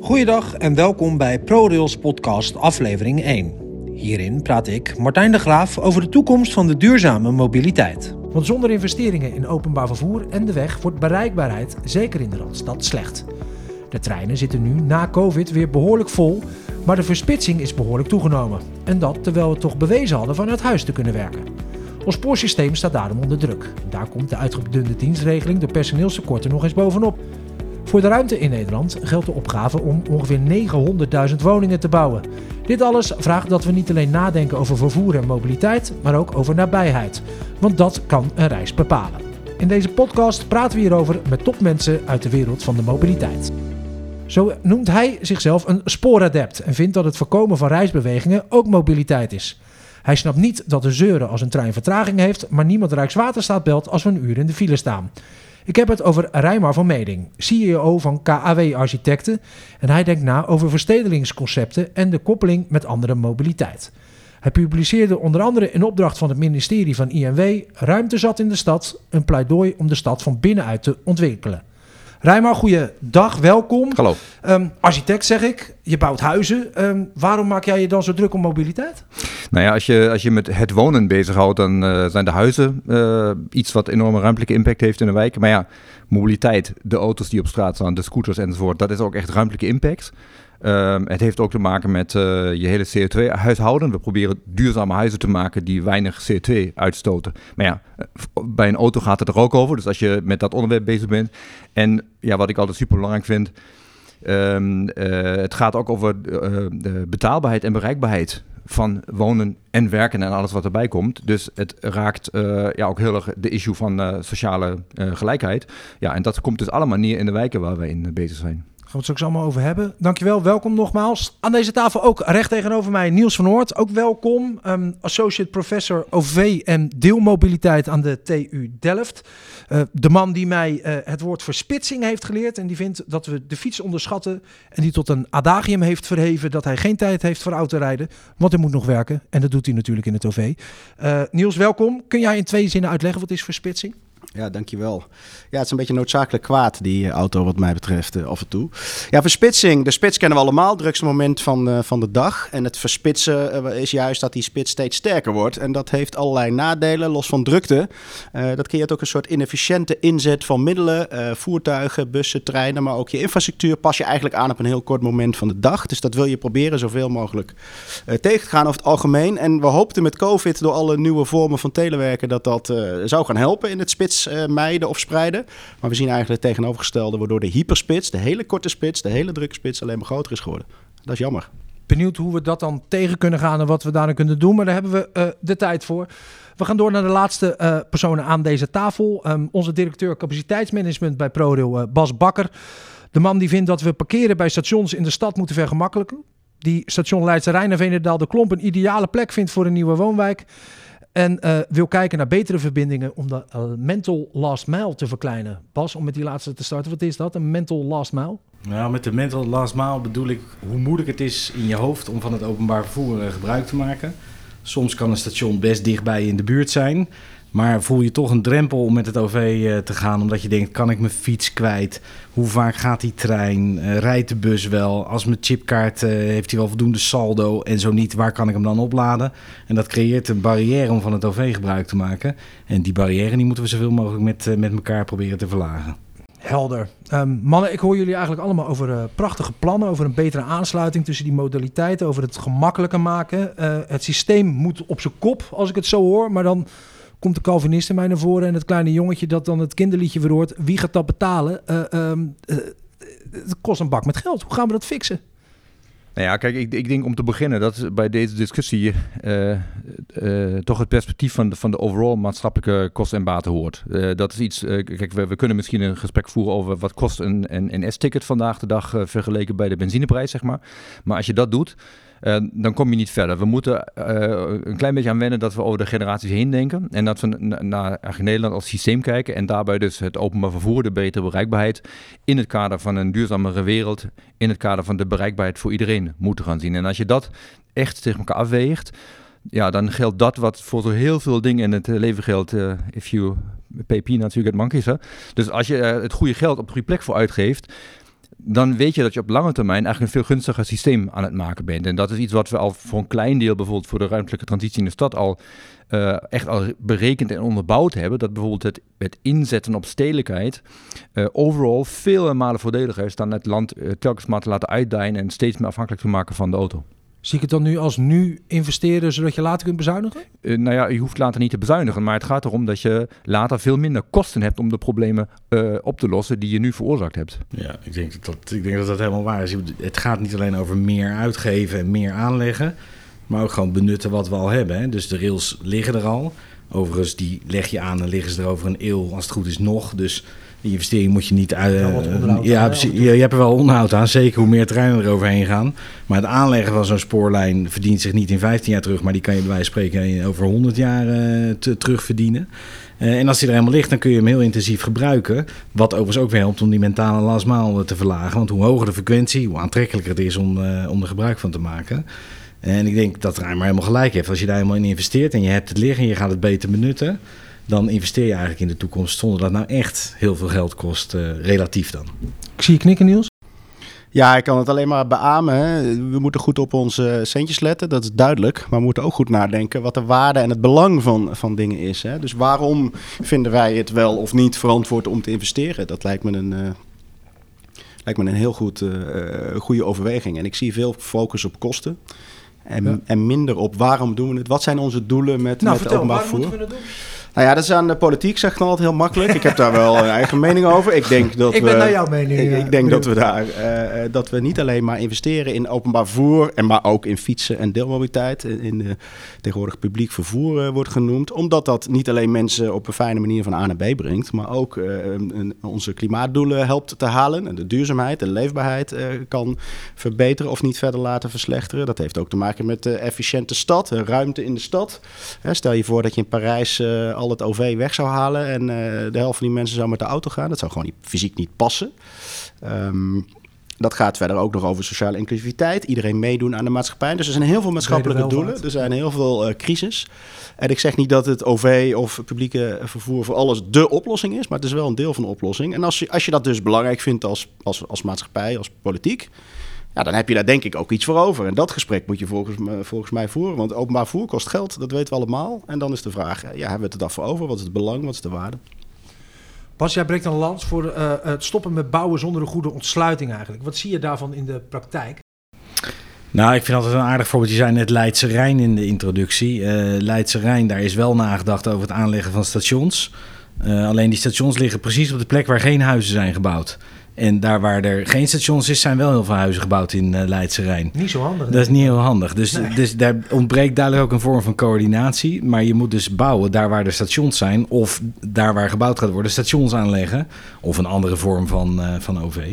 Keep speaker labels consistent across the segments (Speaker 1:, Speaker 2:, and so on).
Speaker 1: Goeiedag en welkom bij ProRails podcast aflevering 1. Hierin praat ik, Martijn de Graaf, over de toekomst van de duurzame mobiliteit. Want zonder investeringen in openbaar vervoer en de weg wordt bereikbaarheid, zeker in de Randstad, slecht. De treinen zitten nu na COVID weer behoorlijk vol, maar de verspitsing is behoorlijk toegenomen. En dat terwijl we toch bewezen hadden vanuit huis te kunnen werken. Ons spoorsysteem staat daarom onder druk. Daar komt de uitgedunde dienstregeling, de personeelstekorten nog eens bovenop. Voor de ruimte in Nederland geldt de opgave om ongeveer 900.000 woningen te bouwen. Dit alles vraagt dat we niet alleen nadenken over vervoer en mobiliteit, maar ook over nabijheid. Want dat kan een reis bepalen. In deze podcast praten we hierover met topmensen uit de wereld van de mobiliteit. Zo noemt hij zichzelf een spooradept en vindt dat het voorkomen van reisbewegingen ook mobiliteit is. Hij snapt niet dat er zeuren als een trein vertraging heeft, maar niemand Rijkswaterstaat belt als we een uur in de file staan. Ik heb het over Reimar van Meeding, CEO van KAW Architecten. En hij denkt na over verstedelingsconcepten en de koppeling met andere mobiliteit. Hij publiceerde onder andere in opdracht van het ministerie van INW Ruimte zat in de stad, een pleidooi om de stad van binnenuit te ontwikkelen. Reimar, goeiedag, welkom.
Speaker 2: Hallo.
Speaker 1: Architect zeg ik, je bouwt huizen. Waarom maak jij je dan zo druk om mobiliteit?
Speaker 2: Nou ja, als je met het wonen bezighoudt, dan zijn de huizen iets wat enorme ruimtelijke impact heeft in de wijk. Maar ja, mobiliteit, de auto's die op straat staan, de scooters enzovoort, dat is ook echt ruimtelijke impact. Het heeft ook te maken met je hele CO2-huishouden. We proberen duurzame huizen te maken die weinig CO2 uitstoten. Maar ja, bij een auto gaat het er ook over. Dus als je met dat onderwerp bezig bent. En ja, wat ik altijd super belangrijk vind, het gaat ook over de betaalbaarheid en bereikbaarheid van wonen en werken en alles wat erbij komt. Dus het raakt ook heel erg de issue van sociale gelijkheid. Ja, en dat komt dus allemaal neer in de wijken waar wij in bezig zijn.
Speaker 1: Gaan we het straks allemaal over hebben. Dankjewel, welkom nogmaals. Aan deze tafel ook recht tegenover mij Niels van Oort. Ook welkom, associate professor OV en deelmobiliteit aan de TU Delft. De man die mij het woord verspitsing heeft geleerd en die vindt dat we de fiets onderschatten en die tot een adagium heeft verheven dat hij geen tijd heeft voor autorijden, want hij moet nog werken en dat doet hij natuurlijk in het OV. Niels, welkom. Kun jij in 2 zinnen uitleggen wat is verspitsing?
Speaker 3: Ja, dankjewel. Ja, het is een beetje noodzakelijk kwaad, die auto wat mij betreft, af en toe. Ja, verspitsing. De spits kennen we allemaal, het drukste moment van de dag. En het verspitsen is juist dat die spits steeds sterker wordt. En dat heeft allerlei nadelen, los van drukte. Dat creëert ook een soort inefficiënte inzet van middelen, voertuigen, bussen, treinen, maar ook je infrastructuur pas je eigenlijk aan op een heel kort moment van de dag. Dus dat wil je proberen zoveel mogelijk tegen te gaan over het algemeen. En we hoopten met COVID door alle nieuwe vormen van telewerken dat zou gaan helpen in het spits mijden of spreiden. Maar we zien eigenlijk het tegenovergestelde, waardoor de hyperspits, de hele korte spits, de hele drukke spits alleen maar groter is geworden. Dat is jammer.
Speaker 1: Benieuwd hoe we dat dan tegen kunnen gaan en wat we daarin kunnen doen, maar daar hebben we de tijd voor. We gaan door naar de laatste personen aan deze tafel. Onze directeur capaciteitsmanagement bij ProRail, Bas Bakker. De man die vindt dat we parkeren bij stations in de stad moeten vergemakkelijken. Die station Leidse Rijn en Veenendaal de Klomp een ideale plek vindt voor een nieuwe woonwijk. En wil kijken naar betere verbindingen om de mental last mile te verkleinen. Bas, om met die laatste te starten, wat is dat? Een mental last mile?
Speaker 4: Nou, met de mental last mile bedoel ik hoe moeilijk het is in je hoofd om van het openbaar vervoer gebruik te maken. Soms kan een station best dichtbij in de buurt zijn, maar voel je toch een drempel om met het OV te gaan, omdat je denkt, kan ik mijn fiets kwijt? Hoe vaak gaat die trein? Rijdt de bus wel? Als mijn chipkaart heeft hij wel voldoende saldo en zo niet, waar kan ik hem dan opladen? En dat creëert een barrière om van het OV gebruik te maken. En die barrière die moeten we zoveel mogelijk met elkaar proberen te verlagen.
Speaker 1: Helder. Mannen, ik hoor jullie eigenlijk allemaal over prachtige plannen, over een betere aansluiting tussen die modaliteiten, over het gemakkelijker maken. Het systeem moet op zijn kop, als ik het zo hoor, maar dan komt de Calvinist in mij naar voren en het kleine jongetje dat dan het kinderliedje weer hoort. Wie gaat dat betalen? Het kost een bak met geld. Hoe gaan we dat fixen?
Speaker 2: Nou ja, kijk, ik denk om te beginnen dat bij deze discussie toch het perspectief van de overall maatschappelijke kosten en baten hoort. Dat is iets, kijk, we kunnen misschien een gesprek voeren over wat kost een NS-ticket vandaag de dag vergeleken bij de benzineprijs, zeg maar. Maar als je dat doet, dan kom je niet verder. We moeten een klein beetje aan wennen dat we over de generaties heen denken. En dat we naar Nederland als systeem kijken. En daarbij dus het openbaar vervoer, de betere bereikbaarheid in het kader van een duurzamere wereld, in het kader van de bereikbaarheid voor iedereen moeten gaan zien. En als je dat echt tegen elkaar afweegt, ja, dan geldt dat wat voor zo heel veel dingen in het leven geldt. If you pay peanuts, you get monkeys. Hè? Dus als je het goede geld op de goede plek voor uitgeeft, dan weet je dat je op lange termijn eigenlijk een veel gunstiger systeem aan het maken bent. En dat is iets wat we al voor een klein deel bijvoorbeeld voor de ruimtelijke transitie in de stad al echt al berekend en onderbouwd hebben. Dat bijvoorbeeld het inzetten op stedelijkheid overal vele malen voordeliger is dan het land telkens maar te laten uitdijen en steeds meer afhankelijk te maken van de auto.
Speaker 1: Zie ik het dan nu als nu investeren, zodat je later kunt bezuinigen?
Speaker 2: Je hoeft later niet te bezuinigen, maar het gaat erom dat je later veel minder kosten hebt om de problemen op te lossen die je nu veroorzaakt hebt.
Speaker 4: Ja, ik denk dat dat helemaal waar is. Het gaat niet alleen over meer uitgeven en meer aanleggen, maar ook gewoon benutten wat we al hebben. Hè. Dus de rails liggen er al. Overigens, die leg je aan en liggen ze er over een eeuw, als het goed is, nog. Dus die investering moet je niet uit. Je hebt er wel onderhoud aan, zeker hoe meer treinen er overheen gaan. Maar het aanleggen van zo'n spoorlijn verdient zich niet in 15 jaar terug, maar die kan je bij wijze van spreken over 100 jaar terugverdienen. En als die er helemaal ligt, dan kun je hem heel intensief gebruiken. Wat overigens ook weer helpt om die mentale last mile te verlagen. Want hoe hoger de frequentie, hoe aantrekkelijker het is om er gebruik van te maken. En ik denk dat Reimer helemaal gelijk heeft. Als je daar helemaal in investeert en je hebt het liggen en je gaat het beter benutten, dan investeer je eigenlijk in de toekomst zonder dat het nou echt heel veel geld kost, relatief dan.
Speaker 1: Ik zie je knikken, Niels.
Speaker 3: Ja, ik kan het alleen maar beamen. Hè. We moeten goed op onze centjes letten, dat is duidelijk. Maar we moeten ook goed nadenken wat de waarde en het belang van dingen is. Hè. Dus waarom vinden wij het wel of niet verantwoord om te investeren? Dat lijkt me een heel goede overweging. En ik zie veel focus op kosten. En minder op waarom doen we het? Wat zijn onze doelen met openbaar vervoer?
Speaker 1: Moeten we het doen?
Speaker 3: Nou ja, dat is aan de politiek, zeg ik dan altijd heel makkelijk. Ik heb daar wel een eigen mening over. Ik denk dat
Speaker 1: ik ben naar jouw mening.
Speaker 3: Ik denk dat we niet alleen maar investeren in openbaar vervoer, maar ook in fietsen en deelmobiliteit. Tegenwoordig publiek vervoer wordt genoemd. Omdat dat niet alleen mensen op een fijne manier van A naar B brengt, maar ook onze klimaatdoelen helpt te halen. En de duurzaamheid en leefbaarheid kan verbeteren of niet verder laten verslechteren. Dat heeft ook te maken met de efficiënte stad, ruimte in de stad. Stel je voor dat je in Parijs al het OV weg zou halen en de helft van die mensen zou met de auto gaan. Dat zou gewoon fysiek niet passen. Dat gaat verder ook nog over sociale inclusiviteit. Iedereen meedoen aan de maatschappij. Dus er zijn heel veel maatschappelijke doelen. Er zijn heel veel crisis. En ik zeg niet dat het OV of publieke vervoer voor alles dé oplossing is, maar het is wel een deel van de oplossing. En als je dat dus belangrijk vindt als maatschappij, als politiek, ja, dan heb je daar denk ik ook iets voor over. En dat gesprek moet je volgens mij voeren. Want openbaar vervoer kost geld, dat weten we allemaal. En dan is de vraag, hebben we het er dan voor over? Wat is het belang, wat is de waarde?
Speaker 1: Bas, jij breekt een lans voor het stoppen met bouwen zonder een goede ontsluiting eigenlijk. Wat zie je daarvan in de praktijk?
Speaker 4: Nou, ik vind altijd een aardig voorbeeld. Je zei net Leidse Rijn in de introductie. Leidse Rijn, daar is wel nagedacht over het aanleggen van stations. Alleen die stations liggen precies op de plek waar geen huizen zijn gebouwd. En daar waar er geen stations is, zijn wel heel veel huizen gebouwd in Leidse Rijn.
Speaker 1: Niet zo handig.
Speaker 4: Dat is niet heel handig. Dus daar ontbreekt duidelijk ook een vorm van coördinatie. Maar je moet dus bouwen daar waar er stations zijn, of daar waar gebouwd gaat worden, stations aanleggen. Of een andere vorm van OV.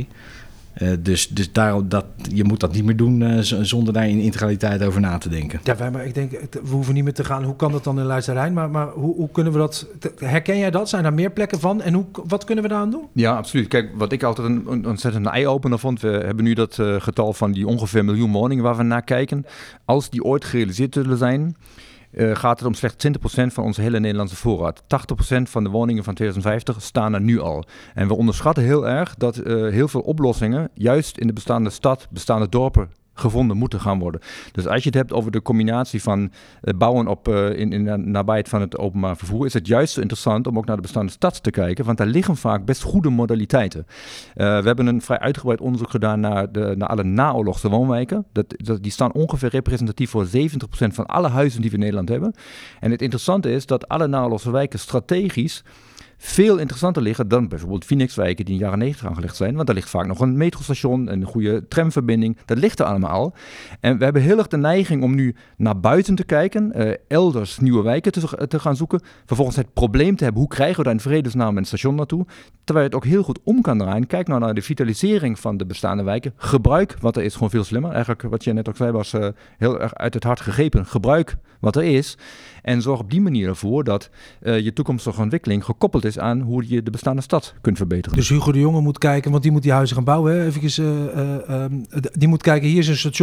Speaker 4: Dus je moet dat niet meer doen zonder daar in integraliteit over na te denken.
Speaker 1: Ja, maar ik denk, we hoeven niet meer te gaan. Hoe kan dat dan in Leidse Rijn? Maar hoe kunnen we dat... Herken jij dat? Zijn daar meer plekken van? En wat kunnen we daaraan doen?
Speaker 2: Ja, absoluut. Kijk, wat ik altijd een ontzettend eye-opener vond. We hebben nu dat getal van die ongeveer 1 miljoen woningen waar we naar kijken. Als die ooit gerealiseerd zullen zijn, gaat het om slechts 20% van onze hele Nederlandse voorraad. 80% van de woningen van 2050 staan er nu al. En we onderschatten heel erg dat heel veel oplossingen juist in de bestaande stad, bestaande dorpen gevonden moeten gaan worden. Dus als je het hebt over de combinatie van bouwen op in de nabijheid van het openbaar vervoer, is het juist zo interessant om ook naar de bestaande stad te kijken, want daar liggen vaak best goede modaliteiten. We hebben een vrij uitgebreid onderzoek gedaan naar alle naoorlogse woonwijken. Die staan ongeveer representatief voor 70% van alle huizen die we in Nederland hebben. En het interessante is dat alle naoorlogse wijken strategisch veel interessanter liggen dan bijvoorbeeld Phoenixwijken die in de jaren 90 aangelegd zijn. Want daar ligt vaak nog een metrostation, een goede tramverbinding. Dat ligt er allemaal al. En we hebben heel erg de neiging om nu naar buiten te kijken, elders nieuwe wijken te gaan zoeken. Vervolgens het probleem te hebben, hoe krijgen we daar in vredesnaam een station naartoe? Terwijl je het ook heel goed om kan draaien. Kijk nou naar de vitalisering van de bestaande wijken. Gebruik wat er is gewoon veel slimmer. Eigenlijk wat je net ook zei was heel erg uit het hart gegrepen. Gebruik wat er is. En zorg op die manier ervoor dat je toekomstige ontwikkeling gekoppeld is aan hoe je de bestaande stad kunt verbeteren.
Speaker 1: Dus Hugo de Jonge moet kijken, want die moet die huizen gaan bouwen. Hè? Die moet kijken, hier is een station.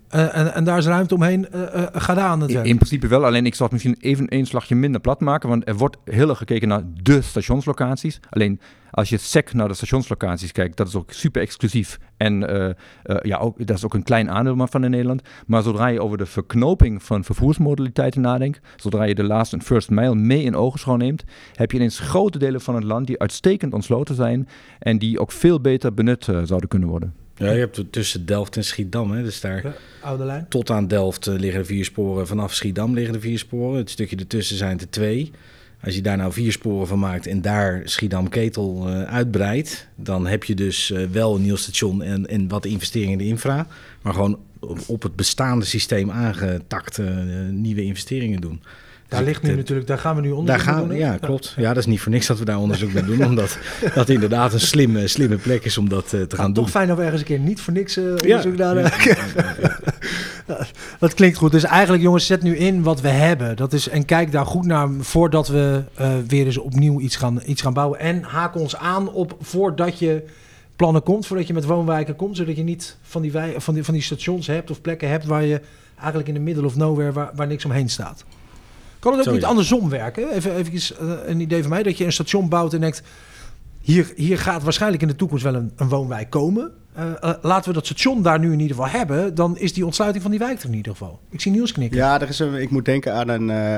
Speaker 1: en daar is ruimte omheen, ga daar aan het werk.
Speaker 2: In principe wel, alleen ik zal het misschien even een slagje minder plat maken, want er wordt heel erg gekeken naar de stationslocaties. Alleen als je sec naar de stationslocaties kijkt, dat is ook super exclusief. En dat is ook een klein aandeel van in Nederland. Maar zodra je over de verknoping van vervoersmodaliteiten nadenkt, zodra je de last en first mile mee in ogenschouw neemt, heb je ineens grote delen van het land die uitstekend ontsloten zijn en die ook veel beter benut zouden kunnen worden.
Speaker 4: Ja, je hebt tussen Delft en Schiedam, hè, dus daar
Speaker 1: oude lijn.
Speaker 4: Tot aan Delft liggen er 4 sporen. Vanaf Schiedam liggen er 4 sporen. Het stukje ertussen zijn er 2. Als je daar nou 4 sporen van maakt en daar Schiedam-Ketel uitbreidt, dan heb je dus wel een nieuw station en wat investeringen in de infra, maar gewoon op het bestaande systeem aangetakt nieuwe investeringen doen.
Speaker 1: Daar ligt nu natuurlijk, daar gaan we nu onderzoek naar doen.
Speaker 4: Ja, klopt. Ja, dat is niet voor niks dat we daar onderzoek naar doen, omdat dat inderdaad een slimme plek is om dat te gaan doen.
Speaker 1: Toch fijn dat we ergens een keer niet voor niks onderzoek naar doen. Dat klinkt goed. Dus eigenlijk, jongens, zet nu in wat we hebben. Dat is, en kijk daar goed naar voordat we weer eens opnieuw iets gaan bouwen. En haak ons aan op voordat je plannen komt, voordat je met woonwijken komt, zodat je niet van die stations hebt of plekken hebt waar je eigenlijk in de middle of nowhere waar niks omheen staat. Kan het ook niet andersom werken? Even een idee van mij, dat je een station bouwt en denkt, hier gaat waarschijnlijk in de toekomst wel een woonwijk komen. Laten we dat station daar nu in ieder geval hebben, dan is die ontsluiting van die wijk er in ieder geval. Ik zie Niels knikken.
Speaker 3: Ja, ik moet denken aan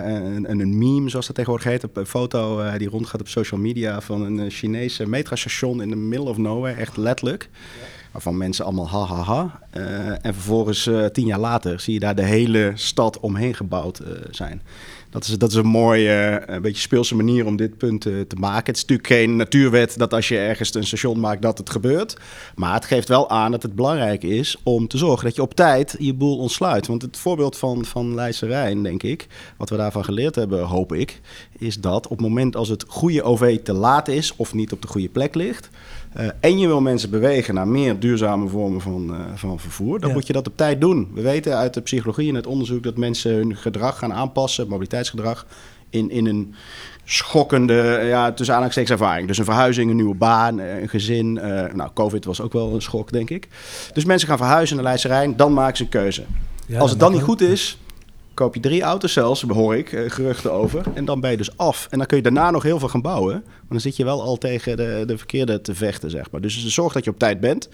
Speaker 3: een meme, zoals dat tegenwoordig heet, een foto die rondgaat op social media van een Chinese metrostation in the middle of nowhere, echt letterlijk. Waarvan mensen allemaal ha. En vervolgens 10 jaar later zie je daar de hele stad omheen gebouwd zijn. Dat is een mooie, een beetje speelse manier om dit punt te maken. Het is natuurlijk geen natuurwet dat als je ergens een station maakt dat het gebeurt. Maar het geeft wel aan dat het belangrijk is om te zorgen dat je op tijd je boel ontsluit. Want het voorbeeld van Leidse Rijn, denk ik, wat we daarvan geleerd hebben, hoop ik, is dat op het moment als het goede OV te laat is of niet op de goede plek ligt, en je wil mensen bewegen naar meer duurzame vormen van vervoer, dan moet je dat op tijd doen. We weten uit de psychologie en het onderzoek dat mensen hun gedrag gaan aanpassen, mobiliteitsgedrag, in een schokkende, tussen aanhalingstekens ervaring. Dus een verhuizing, een nieuwe baan, een gezin. COVID was ook wel een schok, denk ik. Dus mensen gaan verhuizen naar Leidse Rijn, dan maken ze een keuze. Ja, als het dan niet goed is, koop je 3 auto's zelfs, hoor ik geruchten over. En dan ben je dus af. En dan kun je daarna nog heel veel gaan bouwen. Maar dan zit je wel al tegen de verkeerde te vechten, zeg maar. Dus zorg dat je op tijd bent.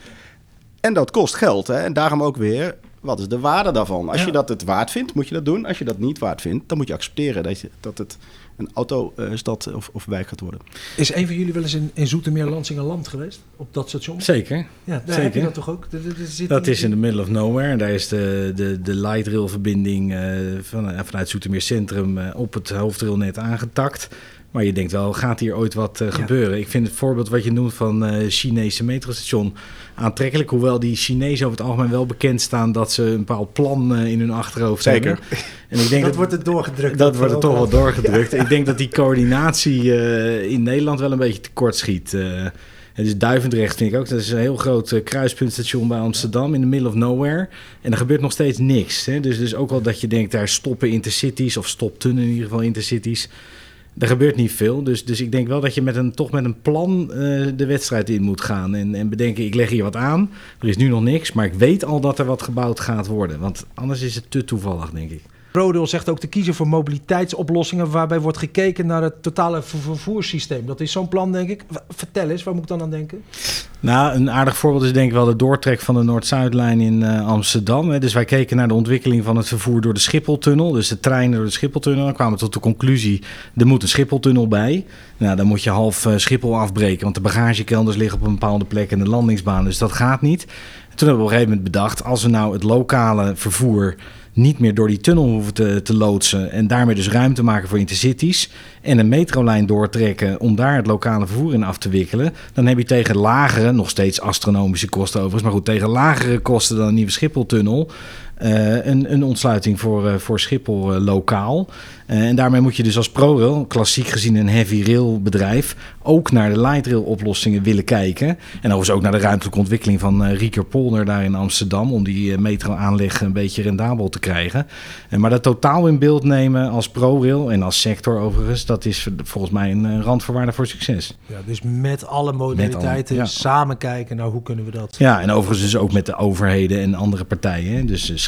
Speaker 3: En dat kost geld, hè. En daarom ook weer, wat is de waarde daarvan? Als je dat het waard vindt, moet je dat doen. Als je dat niet waard vindt, dan moet je accepteren dat het een autostad of wijk gaat worden. Is
Speaker 1: een van jullie wel eens in Zoetermeer Lansingerland geweest? Op dat station?
Speaker 4: Zeker.
Speaker 1: Ja,
Speaker 4: zeker.
Speaker 1: Heb je dat toch ook?
Speaker 4: Dat is in the middle of nowhere. En daar is de light rail verbinding vanuit Zoetermeer Centrum op het hoofdrailnet aangetakt. Maar je denkt wel, gaat hier ooit wat gebeuren? Ik vind het voorbeeld wat je noemt van Chinese metrostation aantrekkelijk. Hoewel die Chinezen over het algemeen wel bekend staan dat ze een bepaald plan in hun achterhoofd hebben. En ik denk
Speaker 1: dat wordt het doorgedrukt.
Speaker 4: Dat wordt het toch wel doorgedrukt. Ja. Ik denk dat die coördinatie in Nederland wel een beetje tekort schiet. Dus Duivendrecht vind ik ook. Dat is een heel groot kruispuntstation bij Amsterdam in the middle of nowhere. En er gebeurt nog steeds niks. Hè? Dus ook wel dat je denkt, daar stoppen intercities of stoptunnen in ieder geval intercities. Er gebeurt niet veel, dus ik denk wel dat je toch met een plan de wedstrijd in moet gaan. En bedenken, ik leg hier wat aan, er is nu nog niks, maar ik weet al dat er wat gebouwd gaat worden. Want anders is het te toevallig, denk ik.
Speaker 1: ProRail zegt ook te kiezen voor mobiliteitsoplossingen waarbij wordt gekeken naar het totale vervoerssysteem. Dat is zo'n plan, denk ik. Vertel eens, waar moet ik dan aan denken?
Speaker 4: Nou, een aardig voorbeeld is denk ik wel de doortrek van de Noord-Zuidlijn in Amsterdam. Dus wij keken naar de ontwikkeling van het vervoer door de Schipholtunnel. Dus de treinen door de Schipholtunnel. Dan kwamen we tot de conclusie, er moet een Schipholtunnel bij. Nou, dan moet je half Schiphol afbreken, want de bagagekelders liggen op een bepaalde plek en de landingsbaan. Dus dat gaat niet. En toen hebben we op een gegeven moment bedacht, als we nou het lokale vervoer niet meer door die tunnel hoeven te loodsen en daarmee dus ruimte maken voor intercities en een metrolijn doortrekken om daar het lokale vervoer in af te wikkelen, dan heb je tegen lagere, nog steeds astronomische kosten overigens, maar goed, tegen lagere kosten dan een nieuwe Schipholtunnel een ontsluiting voor Schiphol lokaal. En daarmee moet je dus als ProRail, klassiek gezien een heavy rail bedrijf, ook naar de light rail oplossingen willen kijken. En overigens ook naar de ruimtelijke ontwikkeling van Riekerpolder daar in Amsterdam, om die metro-aanleg een beetje rendabel te krijgen. Maar dat totaal in beeld nemen als ProRail en als sector overigens, dat is volgens mij een randvoorwaarde voor succes.
Speaker 1: Ja, dus met alle modaliteiten samen kijken naar hoe kunnen we dat.
Speaker 4: Ja, en overigens dus ook met de overheden en andere partijen. Dus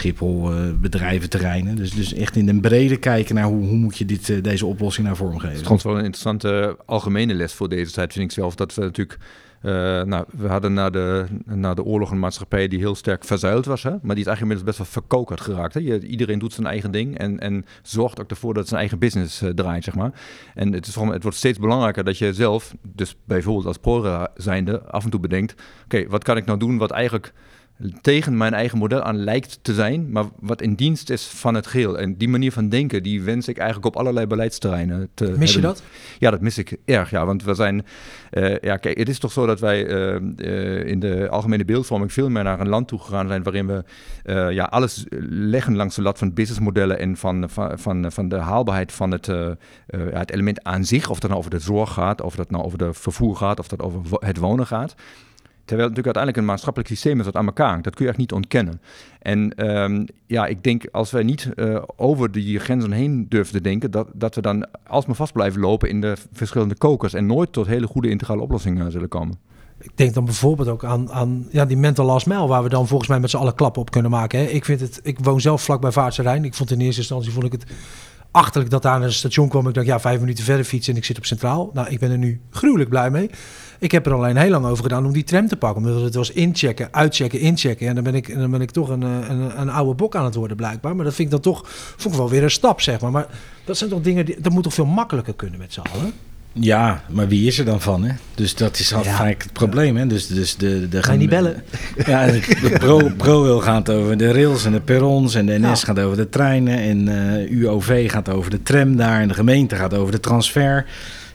Speaker 4: Schiphol, bedrijventerreinen. Dus echt in een brede kijken naar hoe moet je deze oplossing naar vorm geven.
Speaker 2: Het is wel een interessante algemene les voor deze tijd, vind ik zelf. Dat we natuurlijk... we hadden na de oorlog een maatschappij die heel sterk verzuild was, hè? Maar die is eigenlijk inmiddels best wel verkokerd geraakt. Hè? Iedereen doet zijn eigen ding en zorgt ook ervoor dat het zijn eigen business draait, zeg maar. En het wordt steeds belangrijker dat je zelf, dus bijvoorbeeld als ProRail zijnde, af en toe bedenkt, oké, wat kan ik nou doen wat eigenlijk tegen mijn eigen model aan lijkt te zijn, maar wat in dienst is van het geheel. En die manier van denken, die wens ik eigenlijk op allerlei beleidsterreinen te hebben.
Speaker 1: Mis je dat?
Speaker 2: Ja, dat mis ik erg, ja. Want we zijn... kijk, het is toch zo dat wij in de algemene beeldvorming veel meer naar een land toe gegaan zijn waarin we alles leggen langs de lat van businessmodellen en van de haalbaarheid van het element aan zich. Of dat nou over de zorg gaat, of dat nou over de vervoer gaat, of dat over het wonen gaat. Terwijl het natuurlijk uiteindelijk een maatschappelijk systeem is dat aan elkaar hangt. Dat kun je echt niet ontkennen. En ik denk als wij niet over die grenzen heen durven te denken, dat we dan alsmaar vast blijven lopen in de verschillende kokers en nooit tot hele goede integrale oplossingen zullen komen.
Speaker 1: Ik denk dan bijvoorbeeld ook aan die mental last mile, waar we dan volgens mij met z'n allen klappen op kunnen maken. Hè. Ik woon zelf vlakbij Vaartse Rijn. Ik vond in eerste instantie het achterlijk dat daar naar het station kwam. Ik dacht, 5 minuten verder fietsen en ik zit op Centraal. Nou, ik ben er nu gruwelijk blij mee. Ik heb er alleen heel lang over gedaan om die tram te pakken. Omdat het was inchecken, uitchecken, inchecken. En dan ben ik toch een oude bok aan het worden blijkbaar. Maar dat vind ik dan toch wel weer een stap, zeg maar. Maar dat zijn toch dingen, dat moet toch veel makkelijker kunnen met z'n allen?
Speaker 4: Ja, maar wie is er dan van, hè? Dus dat is vaak het probleem, hè? Dus
Speaker 1: ga je niet bellen?
Speaker 4: Ja, de ProRail gaat over de rails en de perrons en de NS gaat over de treinen en UOV gaat over de tram daar en de gemeente gaat over de transfer.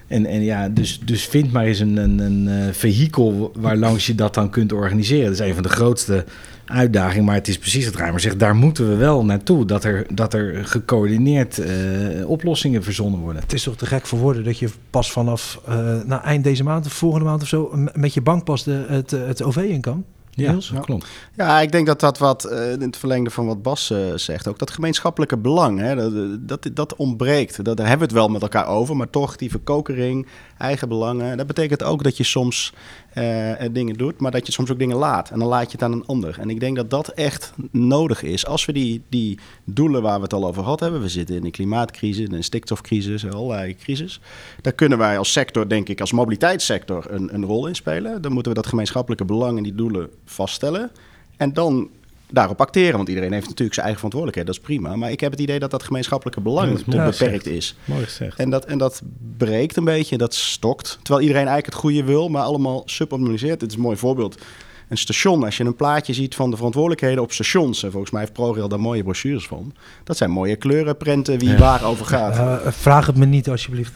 Speaker 4: Dus vind maar eens een vehikel waarlangs je dat dan kunt organiseren. Dat is een van de grootste uitdagingen, maar het is precies wat Reimer zegt. Daar moeten we wel naartoe, dat er gecoördineerd oplossingen verzonnen worden.
Speaker 1: Het is toch te gek voor woorden dat je pas vanaf eind deze maand of volgende maand of zo met je bankpas het OV in kan?
Speaker 4: Ja, klopt.
Speaker 3: Ja, ik denk dat wat in het verlengde van wat Bas zegt ook, dat gemeenschappelijke belang, hè, dat ontbreekt. Daar hebben we het wel met elkaar over, maar toch die verkokering, eigen belangen. Dat betekent ook dat je soms dingen doet, maar dat je soms ook dingen laat. En dan laat je het aan een ander. En ik denk dat dat echt nodig is. Als we die doelen waar we het al over gehad hebben, we zitten in een klimaatcrisis, in een stikstofcrisis, allerlei crisis. Daar kunnen wij als sector, denk ik, als mobiliteitssector een rol in spelen. Dan moeten we dat gemeenschappelijke belang en die doelen vaststellen. En dan daarop acteren. Want iedereen heeft natuurlijk zijn eigen verantwoordelijkheid. Dat is prima. Maar ik heb het idee dat dat gemeenschappelijke belang beperkt is.
Speaker 4: Mooi gezegd.
Speaker 3: En dat breekt een beetje. Dat stokt. Terwijl iedereen eigenlijk het goede wil, maar allemaal suboptimaliseert. Dit is een mooi voorbeeld. Een station, als je een plaatje ziet van de verantwoordelijkheden op stations. En volgens mij heeft ProRail daar mooie brochures van. Dat zijn mooie kleurenprenten wie waar over gaat.
Speaker 1: Vraag het me niet alsjeblieft.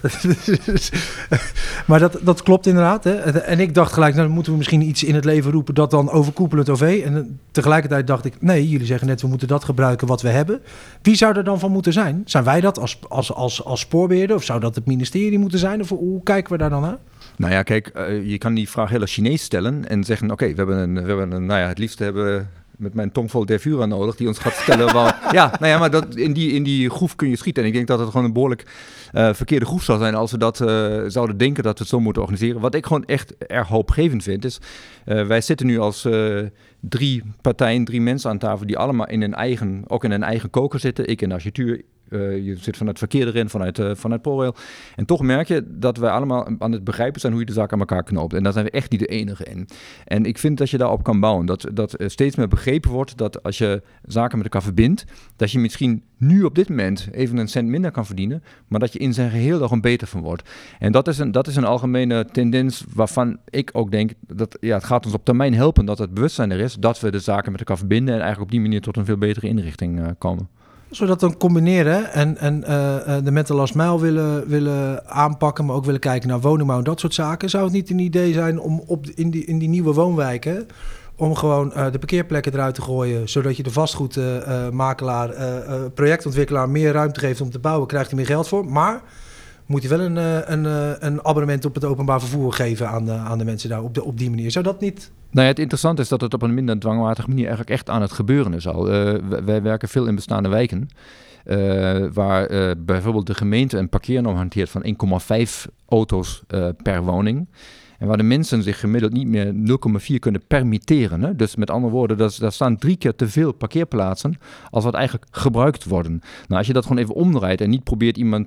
Speaker 1: Maar dat klopt inderdaad. Hè? En ik dacht gelijk, nou dan moeten we misschien iets in het leven roepen dat dan overkoepelend OV. En tegelijkertijd dacht ik, nee, jullie zeggen net we moeten dat gebruiken wat we hebben. Wie zou er dan van moeten zijn? Zijn wij dat als spoorbeheerder? Of zou dat het ministerie moeten zijn? Of hoe kijken we daar dan naar?
Speaker 2: Nou ja, kijk, je kan die vraag heel Chinees stellen en zeggen, oké, we hebben het liefst hebben we met mijn tong vol Dervura nodig, die ons gaat vertellen wel. Maar in die groef kun je schieten. En ik denk dat het gewoon een behoorlijk verkeerde groef zou zijn als we dat zouden denken dat we het zo moeten organiseren. Wat ik gewoon echt erg hoopgevend vind is, wij zitten nu als 3 mensen aan tafel die allemaal in een eigen koker zitten. Ik in de architectuur. Je zit van het verkeer erin, vanuit ProRail. En toch merk je dat wij allemaal aan het begrijpen zijn hoe je de zaak aan elkaar knoopt. En daar zijn we echt niet de enige in. En ik vind dat je daarop kan bouwen. Dat steeds meer begrepen wordt dat als je zaken met elkaar verbindt, dat je misschien nu op dit moment even een cent minder kan verdienen, maar dat je in zijn geheel er gewoon beter van wordt. En dat is een algemene tendens waarvan ik ook denk dat het gaat ons op termijn helpen dat het bewustzijn er is dat we de zaken met elkaar verbinden en eigenlijk op die manier tot een veel betere inrichting komen.
Speaker 1: Als we dat dan combineren en de mental last mile willen aanpakken, maar ook willen kijken naar woningbouw en dat soort zaken, zou het niet een idee zijn om in die nieuwe woonwijken, om gewoon de parkeerplekken eruit te gooien, zodat je de vastgoedmakelaar, projectontwikkelaar meer ruimte geeft om te bouwen, krijgt hij meer geld voor, maar moet hij wel een abonnement op het openbaar vervoer geven aan de mensen daar op die manier. Zou dat niet...
Speaker 2: Nou ja, het interessante is dat het op een minder dwangmatige manier eigenlijk echt aan het gebeuren is al. Wij werken veel in bestaande wijken, waar bijvoorbeeld de gemeente een parkeernorm hanteert van 1,5 auto's per woning. En waar de mensen zich gemiddeld niet meer 0,4 kunnen permitteren. Hè? Dus met andere woorden, daar staan 3 keer te veel parkeerplaatsen als wat eigenlijk gebruikt worden. Nou, als je dat gewoon even omdraait en niet probeert iemand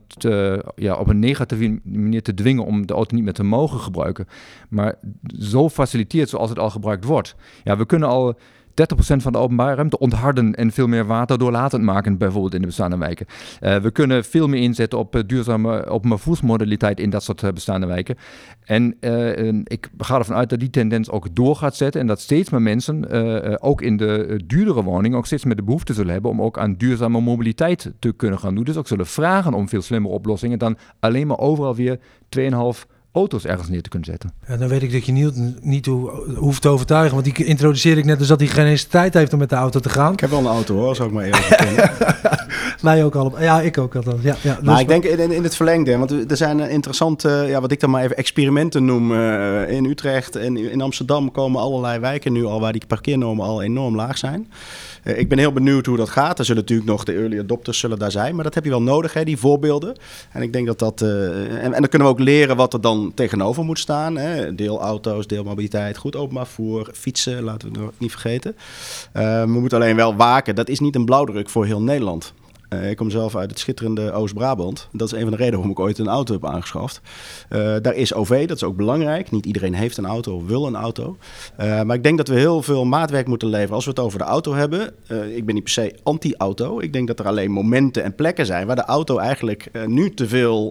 Speaker 2: op een negatieve manier te dwingen om de auto niet meer te mogen gebruiken, maar zo faciliteert zoals het al gebruikt wordt. Ja, we kunnen al 30% van de openbare ruimte ontharden en veel meer water doorlatend maken, bijvoorbeeld in de bestaande wijken. We kunnen veel meer inzetten op duurzame openbaar vervoersmodaliteit in dat soort bestaande wijken. En ik ga ervan uit dat die tendens ook door gaat zetten en dat steeds meer mensen, ook in de duurdere woningen, ook steeds meer de behoefte zullen hebben om ook aan duurzame mobiliteit te kunnen gaan doen. Dus ook zullen vragen om veel slimmere oplossingen dan alleen maar overal weer 2,5 auto's ergens neer te kunnen zetten.
Speaker 1: Ja, dan weet ik dat je niet hoeft te overtuigen, want die introduceer ik net dus dat hij geen eens tijd heeft om met de auto te gaan.
Speaker 3: Ik heb wel een auto hoor, zou ik maar eerlijk vertellen.
Speaker 1: Mij ook al. Ja, ik ook althans. Ja,
Speaker 3: nou, ik denk in het verlengde, want er zijn interessante, wat ik dan maar even experimenten noem. In Utrecht en in Amsterdam komen allerlei wijken nu al waar die parkeernormen al enorm laag zijn. Ik ben heel benieuwd hoe dat gaat. Er zullen natuurlijk nog de early adopters zullen daar zijn. Maar dat heb je wel nodig, hè, die voorbeelden. En ik denk dat en dan kunnen we ook leren wat er dan tegenover moet staan. Hè. Deelauto's, deelmobiliteit, goed openbaar vervoer, fietsen, laten we het niet vergeten. We moeten alleen wel waken. Dat is niet een blauwdruk voor heel Nederland. Ik kom zelf uit het schitterende Oost-Brabant. Dat is een van de redenen waarom ik ooit een auto heb aangeschaft. Daar is OV, dat is ook belangrijk. Niet iedereen heeft een auto of wil een auto. Maar ik denk dat we heel veel maatwerk moeten leveren. Als we het over de auto hebben, ik ben niet per se anti-auto. Ik denk dat er alleen momenten en plekken zijn waar de auto eigenlijk nu te veel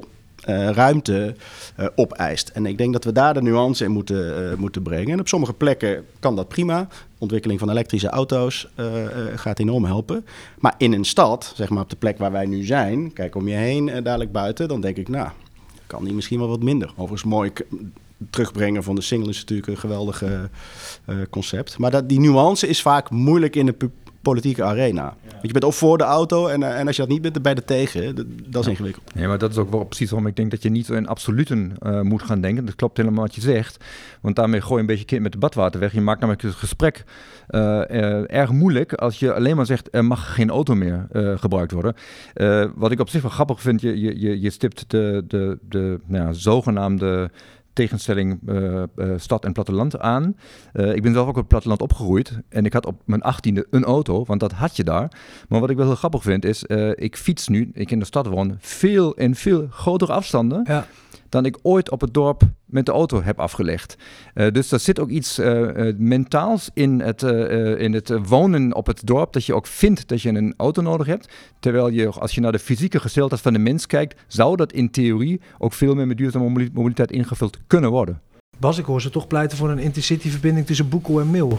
Speaker 3: ruimte opeist. En ik denk dat we daar de nuance in moeten brengen. En op sommige plekken kan dat prima. Ontwikkeling van elektrische auto's gaat enorm helpen. Maar in een stad, zeg maar op de plek waar wij nu zijn, kijk om je heen, dadelijk buiten, dan denk ik, nou, kan die misschien wel wat minder. Overigens mooi terugbrengen van de single is natuurlijk een geweldig concept. Maar die nuance is vaak moeilijk in de politieke arena. Ja. Want je bent of voor de auto en als je dat niet bent, dan ben je er tegen. Dat is ingewikkeld.
Speaker 2: Nee, maar dat is ook wel precies waarom ik denk dat je niet zo in absoluten moet gaan denken. Dat klopt helemaal wat je zegt. Want daarmee gooi je een beetje kind met de badwater weg. Je maakt namelijk het gesprek erg moeilijk als je alleen maar zegt, er mag geen auto meer gebruikt worden. Wat ik op zich wel grappig vind, je stipt de zogenaamde tegenstelling stad en platteland aan. Ik ben zelf ook op het platteland opgegroeid en ik had op mijn 18e een auto, want dat had je daar. Maar wat ik wel heel grappig vind is, ik fiets nu, ik in de stad woon, veel grotere afstanden dan ik ooit op het dorp met de auto heb afgelegd. Dus er zit ook iets mentaals in het wonen op het dorp, dat je ook vindt dat je een auto nodig hebt. Terwijl je, als je naar de fysieke gesteldheid van de mens kijkt, zou dat in theorie ook veel meer met duurzame mobiliteit ingevuld kunnen worden.
Speaker 1: Bas, ik hoor ze toch pleiten voor een intercity-verbinding tussen Boekel en Mil.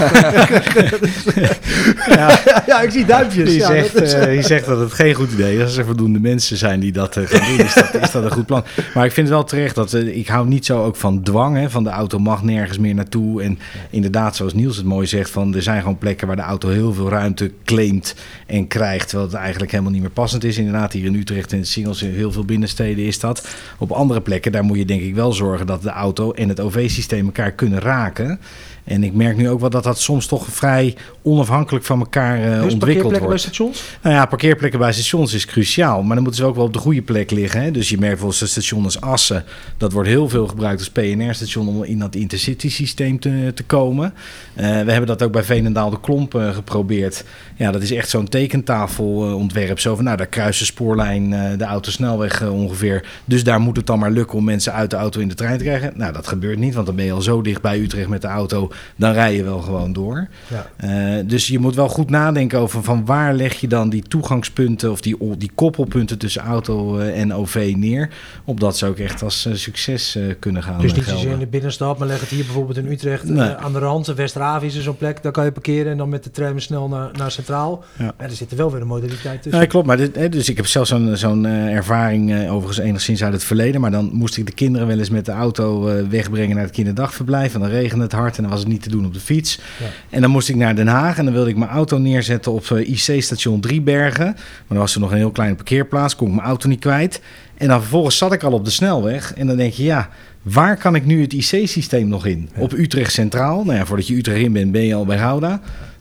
Speaker 1: Ja, ik zie duimpjes.
Speaker 4: Die zegt dat het geen goed idee is. Als er voldoende mensen zijn die dat gaan doen, is dat een goed plan. Maar ik vind het wel terecht dat ik hou niet zo ook van dwang. Hè, van de auto mag nergens meer naartoe. En inderdaad, zoals Niels het mooi zegt, van er zijn gewoon plekken waar de auto heel veel ruimte claimt en krijgt. Terwijl het eigenlijk helemaal niet meer passend is. Inderdaad, hier in Utrecht en de Singels, in heel veel binnensteden is dat. Op andere plekken, daar moet je denk ik wel zorgen dat de auto en het OV-systeem elkaar kunnen raken. En ik merk nu ook wel dat soms toch vrij onafhankelijk van elkaar ontwikkeld wordt.
Speaker 1: Parkeerplekken bij stations?
Speaker 4: Nou ja, parkeerplekken bij stations is cruciaal. Maar dan moeten ze ook wel op de goede plek liggen. Hè? Dus je merkt bijvoorbeeld een station als Assen. Dat wordt heel veel gebruikt als PNR-station om in dat intercity-systeem te komen. We hebben dat ook bij Veenendaal de Klomp geprobeerd. Ja, dat is echt zo'n tekentafelontwerp. Zo van, nou, daar kruist de spoorlijn de autosnelweg ongeveer. Dus daar moet het dan maar lukken om mensen uit de auto in de trein te krijgen. Nou, dat gebeurt niet, want dan ben je al zo dicht bij Utrecht met de auto. Dan rij je wel gewoon door. Ja. Dus je moet wel goed nadenken over van waar leg je dan die toegangspunten of die koppelpunten tussen auto en OV neer. Opdat ze ook echt als succes kunnen gaan.
Speaker 1: Dus niet zozeer in de binnenstad, maar leg het hier bijvoorbeeld in Utrecht aan de rand. West-Ravi is zo'n plek, daar kan je parkeren en dan met de tram snel naar Centraal. Ja. Er zit er wel weer een modaliteit tussen.
Speaker 4: Ja, klopt. Maar dus ik heb zelfs zo'n ervaring, overigens enigszins uit het verleden. Maar dan moest ik de kinderen wel eens met de auto wegbrengen naar het kinderdagverblijf. En dan regende het hard en dan was het niet te doen op de fiets. Ja. En dan moest ik naar Den Haag en dan wilde ik mijn auto neerzetten op IC-station Driebergen. Maar dan was er nog een heel kleine parkeerplaats, kon ik mijn auto niet kwijt. En dan vervolgens zat ik al op de snelweg en dan denk je, ja, waar kan ik nu het IC-systeem nog in? Ja. Op Utrecht Centraal. Nou ja, voordat je Utrecht in bent, ben je al bij Gouda.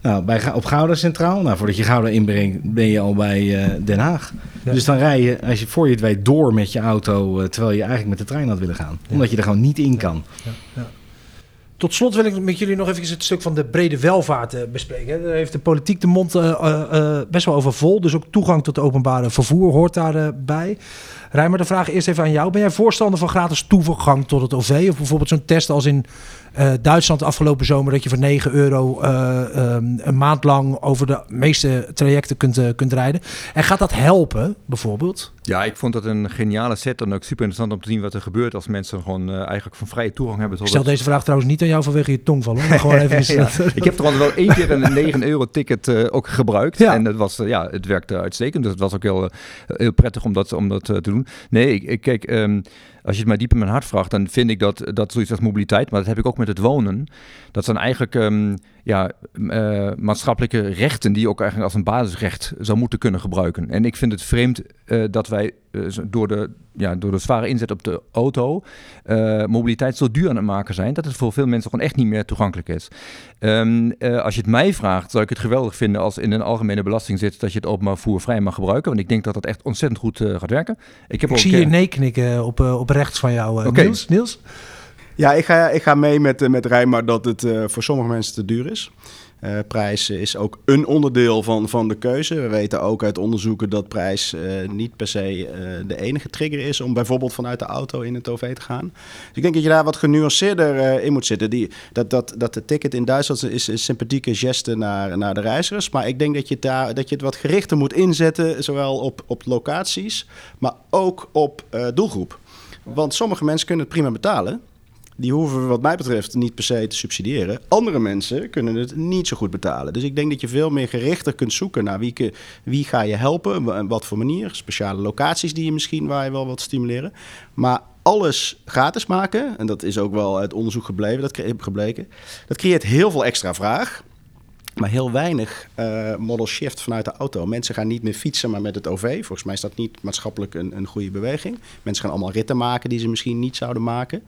Speaker 4: Nou, op Gouda Centraal. Nou, voordat je Gouda inbrengt, ben je al bij Den Haag. Ja. Dus dan rij je, als je voor je het weet, door met je auto, terwijl je eigenlijk met de trein had willen gaan. Omdat je er gewoon niet in kan.
Speaker 1: Ja. Tot slot wil ik met jullie nog even het stuk van de brede welvaart bespreken. Daar heeft de politiek de mond best wel over vol. Dus ook toegang tot openbare vervoer hoort daarbij. Rijmer, de vraag eerst even aan jou. Ben jij voorstander van gratis toegang tot het OV? Of bijvoorbeeld zo'n test als in Duitsland de afgelopen zomer, dat je voor €9 een maand lang over de meeste trajecten kunt rijden. En gaat dat helpen, bijvoorbeeld?
Speaker 2: Ja, ik vond dat een geniale set. En ook super interessant om te zien wat er gebeurt als mensen gewoon eigenlijk van vrije toegang hebben.
Speaker 1: Ik stel deze vraag trouwens niet aan jou vanwege je tongval, hoor. Maar gewoon even
Speaker 2: Ik heb trouwens wel 1 keer een €9 ticket ook gebruikt. Ja. En dat was, het werkte uitstekend. Dus het was ook heel prettig om dat te doen. Nee, kijk, als je het mij diep in mijn hart vraagt, dan vind ik dat zoiets als mobiliteit, maar dat heb ik ook met het wonen. Dat zijn eigenlijk maatschappelijke rechten die je ook eigenlijk als een basisrecht zou moeten kunnen gebruiken. En ik vind het vreemd dat wij door de zware inzet op de auto mobiliteit zo duur aan het maken zijn, dat het voor veel mensen gewoon echt niet meer toegankelijk is. Als je het mij vraagt, zou ik het geweldig vinden als in een algemene belasting zit dat je het openbaar vervoer vrij mag gebruiken. Want ik denk dat dat echt ontzettend goed gaat werken. Ik
Speaker 1: zie je nee knikken op rechts van jou, okay. Niels?
Speaker 3: Ja, ik ga mee met Rijmer dat het voor sommige mensen te duur is. Prijs is ook een onderdeel van de keuze. We weten ook uit onderzoeken dat prijs niet per se de enige trigger is om bijvoorbeeld vanuit de auto in het OV te gaan. Dus ik denk dat je daar wat genuanceerder in moet zitten. Dat de ticket in Duitsland is een sympathieke geste naar de reizigers. Maar ik denk dat je het wat gerichter moet inzetten, zowel op locaties, maar ook op doelgroep. Want sommige mensen kunnen het prima betalen. Die hoeven we wat mij betreft niet per se te subsidiëren. Andere mensen kunnen het niet zo goed betalen. Dus ik denk dat je veel meer gerichter kunt zoeken naar wie ga je helpen. En wat voor manier. Speciale locaties waar je wel wat stimuleren. Maar alles gratis maken, en dat is ook wel uit onderzoek gebleken. Dat creëert heel veel extra vraag. Maar heel weinig model shift vanuit de auto. Mensen gaan niet meer fietsen, maar met het OV. Volgens mij is dat niet maatschappelijk een goede beweging. Mensen gaan allemaal ritten maken die ze misschien niet zouden maken.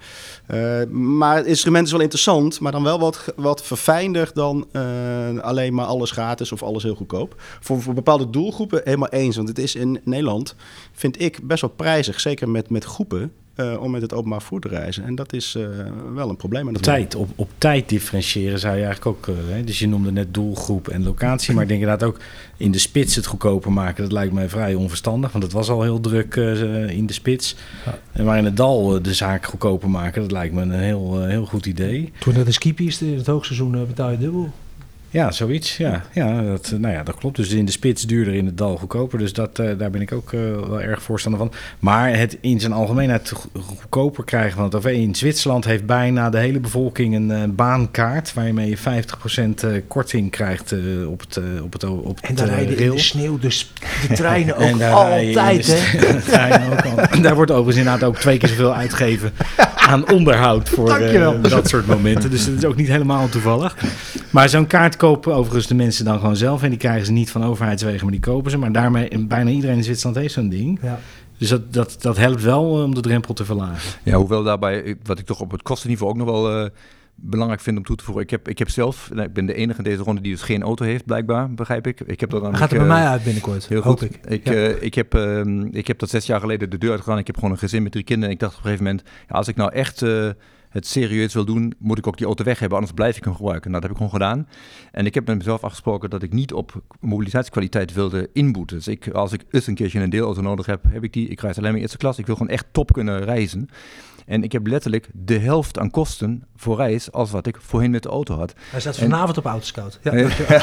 Speaker 3: Maar het instrument is wel interessant, maar dan wel wat verfijnder dan alleen maar alles gratis of alles heel goedkoop. Voor bepaalde doelgroepen helemaal eens. Want het is in Nederland, vind ik, best wel prijzig. Zeker met groepen. Om met het openbaar vervoer te reizen. En dat is wel een probleem.
Speaker 4: Op tijd differentiëren zou je eigenlijk ook... dus je noemde net doelgroep en locatie. Maar ik denk inderdaad ook in de spits het goedkoper maken. Dat lijkt mij vrij onverstandig. Want het was al heel druk in de spits. Ja. Maar in het dal de zaak goedkoper maken, dat lijkt me een heel goed idee.
Speaker 1: Toen de skipiste in het hoogseizoen betaal je dubbel.
Speaker 4: Ja, zoiets. Ja, dat klopt. Dus in de spits duurder, in het dal goedkoper. Dus daar ben ik ook wel erg voorstander van. Maar het in zijn algemeenheid goedkoper krijgen van het OV. In Zwitserland heeft bijna de hele bevolking een baankaart, waarmee je 50% korting krijgt op het
Speaker 1: en daar rijden
Speaker 4: rail.
Speaker 1: In de sneeuw, dus de treinen ook altijd.
Speaker 4: De treinen ook al. Daar wordt overigens inderdaad ook 2 keer zoveel uitgegeven aan onderhoud voor dat soort momenten. Dus dat is ook niet helemaal toevallig. Maar zo'n kaart kopen overigens de mensen dan gewoon zelf. En die krijgen ze niet van overheidswegen, maar die kopen ze. Maar daarmee, bijna iedereen in Zwitserland heeft zo'n ding. Ja. Dus dat helpt wel om de drempel te verlagen.
Speaker 2: Ja, hoewel daarbij, wat ik toch op het kostenniveau ook nog wel belangrijk vind om toe te voegen. Ik heb zelf, ik ben de enige in deze ronde die dus geen auto heeft, blijkbaar, begrijp ik.
Speaker 1: Gaat er bij mij uit binnenkort,
Speaker 2: heel
Speaker 1: hoop
Speaker 2: goed.
Speaker 1: ik.
Speaker 2: Ik heb dat 6 jaar geleden de deur uitgegaan. Ik heb gewoon een gezin met 3 kinderen. En ik dacht op een gegeven moment, als ik nou echt het serieus wil doen, moet ik ook die auto weg hebben, anders blijf ik hem gebruiken. Nou, dat heb ik gewoon gedaan. En ik heb met mezelf afgesproken dat ik niet op mobiliteitskwaliteit wilde inboeten. Dus als ik eens een keertje een deelauto nodig heb, heb ik die. Ik reis alleen maar eerste klas. Ik wil gewoon echt top kunnen reizen. En ik heb letterlijk de helft aan kosten voor reis als wat ik voorheen met de auto had.
Speaker 1: Hij staat vanavond op Autoscout. Ja.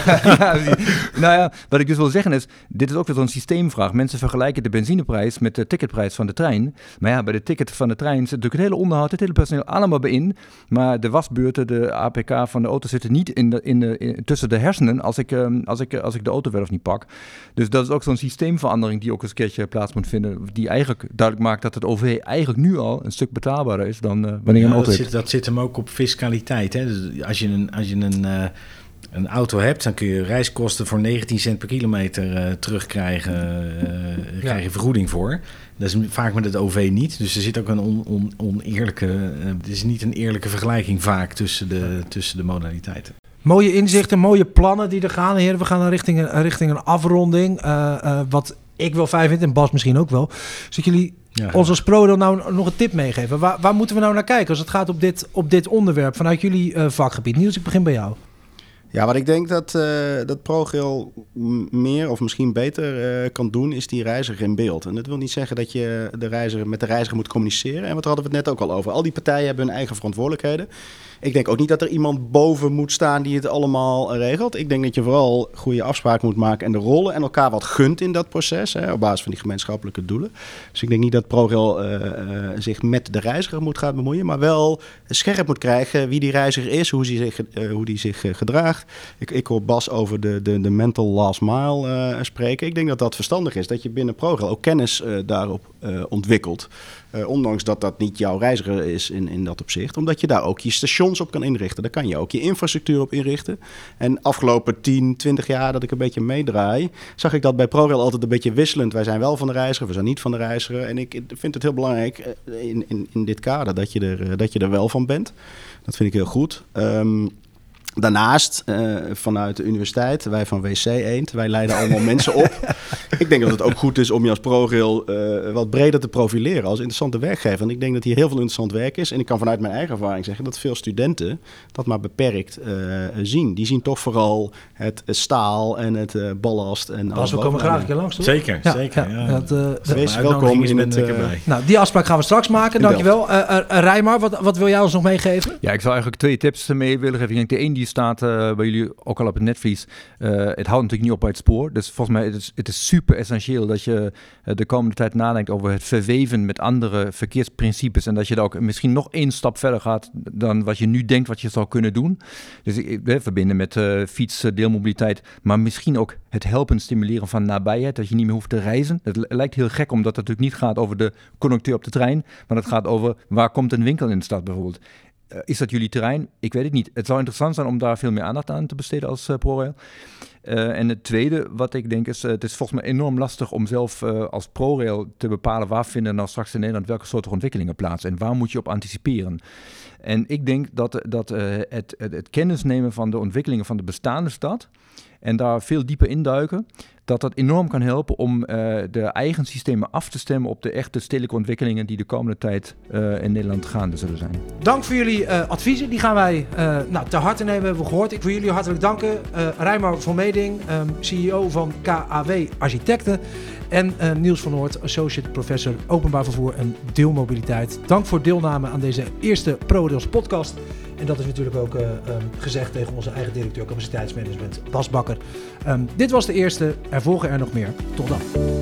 Speaker 2: Nou ja, wat ik dus wil zeggen is, dit is ook weer zo'n systeemvraag. Mensen vergelijken de benzineprijs met de ticketprijs van de trein. Maar ja, bij de ticket van de trein zit natuurlijk het hele onderhoud, het hele personeel allemaal bij in. Maar de wasbeurten, de APK van de auto zitten niet tussen de hersenen als ik de auto wel of niet pak. Dus dat is ook zo'n systeemverandering die ook eens een keertje plaats moet vinden. Die eigenlijk duidelijk maakt dat het OV eigenlijk nu al een stuk betaalbaarder is dan wanneer je een auto hebt.
Speaker 4: Dat zit hem ook op fiscaliteit. Hè? Dus als je een auto hebt, dan kun je reiskosten voor 19 cent per kilometer terugkrijgen. Krijg je vergoeding voor. Dat is vaak met het OV niet. Dus er zit ook een oneerlijke... het is niet een eerlijke vergelijking vaak tussen de modaliteiten.
Speaker 1: Mooie inzichten, mooie plannen die er gaan, heren. We gaan richting een afronding. Wat ik wel fijn vind, en Bas misschien ook wel. Dus jullie ons als ProRail nou nog een tip meegeven. Waar moeten we nou naar kijken als het gaat op dit onderwerp vanuit jullie vakgebied? Niels, ik begin bij jou.
Speaker 3: Ja, wat ik denk dat ProRail meer of misschien beter kan doen, is die reiziger in beeld. En dat wil niet zeggen dat je met de reiziger moet communiceren. En wat hadden we het net ook al over. Al die partijen hebben hun eigen verantwoordelijkheden. Ik denk ook niet dat er iemand boven moet staan die het allemaal regelt. Ik denk dat je vooral goede afspraken moet maken en de rollen en elkaar wat gunt in dat proces, op basis van die gemeenschappelijke doelen. Dus ik denk niet dat ProRail zich met de reiziger moet gaan bemoeien, maar wel scherp moet krijgen wie die reiziger is, hoe die zich gedraagt. Ik hoor Bas over de mental last mile spreken. Ik denk dat dat verstandig is, dat je binnen ProRail ook kennis daarop ontwikkelt. Ondanks dat dat niet jouw reiziger is in dat opzicht. Omdat je daar ook je stations op kan inrichten. Daar kan je ook je infrastructuur op inrichten. En afgelopen 10, 20 jaar dat ik een beetje meedraai, zag ik dat bij ProRail altijd een beetje wisselend. Wij zijn wel van de reiziger, we zijn niet van de reiziger. En ik vind het heel belangrijk in dit kader dat je er wel van bent. Dat vind ik heel goed. Daarnaast, vanuit de universiteit, wij van WC Eend, wij leiden allemaal mensen op. Ik denk dat het ook goed is om je als ProRail wat breder te profileren als interessante werkgever. En ik denk dat hier heel veel interessant werk is. En ik kan vanuit mijn eigen ervaring zeggen dat veel studenten dat maar beperkt zien. Die zien toch vooral het staal en het ballast. En
Speaker 1: Bas, we komen graag een keer langs, toch?
Speaker 4: Zeker. Ja.
Speaker 3: Wees welkom in het...
Speaker 1: Nou, die afspraak gaan we straks maken. Dankjewel. Rijmar, wat wil jij ons nog meegeven?
Speaker 2: Ja, ik zou eigenlijk 2 tips mee willen geven. Ik denk de één die staat bij jullie ook al op het netvlies. Het houdt natuurlijk niet op bij het spoor. Dus volgens mij het is super essentieel dat je de komende tijd nadenkt over het verweven met andere verkeersprincipes. En dat je daar ook misschien nog 1 stap verder gaat dan wat je nu denkt wat je zou kunnen doen. Dus verbinden met fiets, deelmobiliteit. Maar misschien ook het helpen stimuleren van nabijheid. Dat je niet meer hoeft te reizen. Het lijkt heel gek omdat het natuurlijk niet gaat over de conducteur op de trein. Maar het gaat over waar komt een winkel in de stad bijvoorbeeld. Is dat jullie terrein? Ik weet het niet. Het zou interessant zijn om daar veel meer aandacht aan te besteden als ProRail. En het tweede wat ik denk is, het is volgens mij enorm lastig om zelf als ProRail te bepalen waar vinden nou straks in Nederland welke soorten ontwikkelingen plaats en waar moet je op anticiperen. En ik denk dat het kennis nemen van de ontwikkelingen van de bestaande stad en daar veel dieper induiken, dat enorm kan helpen om de eigen systemen af te stemmen op de echte stedelijke ontwikkelingen die de komende tijd in Nederland gaande zullen zijn.
Speaker 1: Dank voor jullie adviezen. Die gaan wij ter harte nemen, hebben we gehoord. Ik wil jullie hartelijk danken. Rijmar van Meeding, CEO van KAW Architecten. En Niels van Oort, Associate Professor Openbaar Vervoer en Deelmobiliteit. Dank voor deelname aan deze eerste ProRails podcast. En dat is natuurlijk ook gezegd tegen onze eigen directeur capaciteitsmanagement, Bas Bakker. Dit was de eerste. Er volgen er nog meer. Tot dan.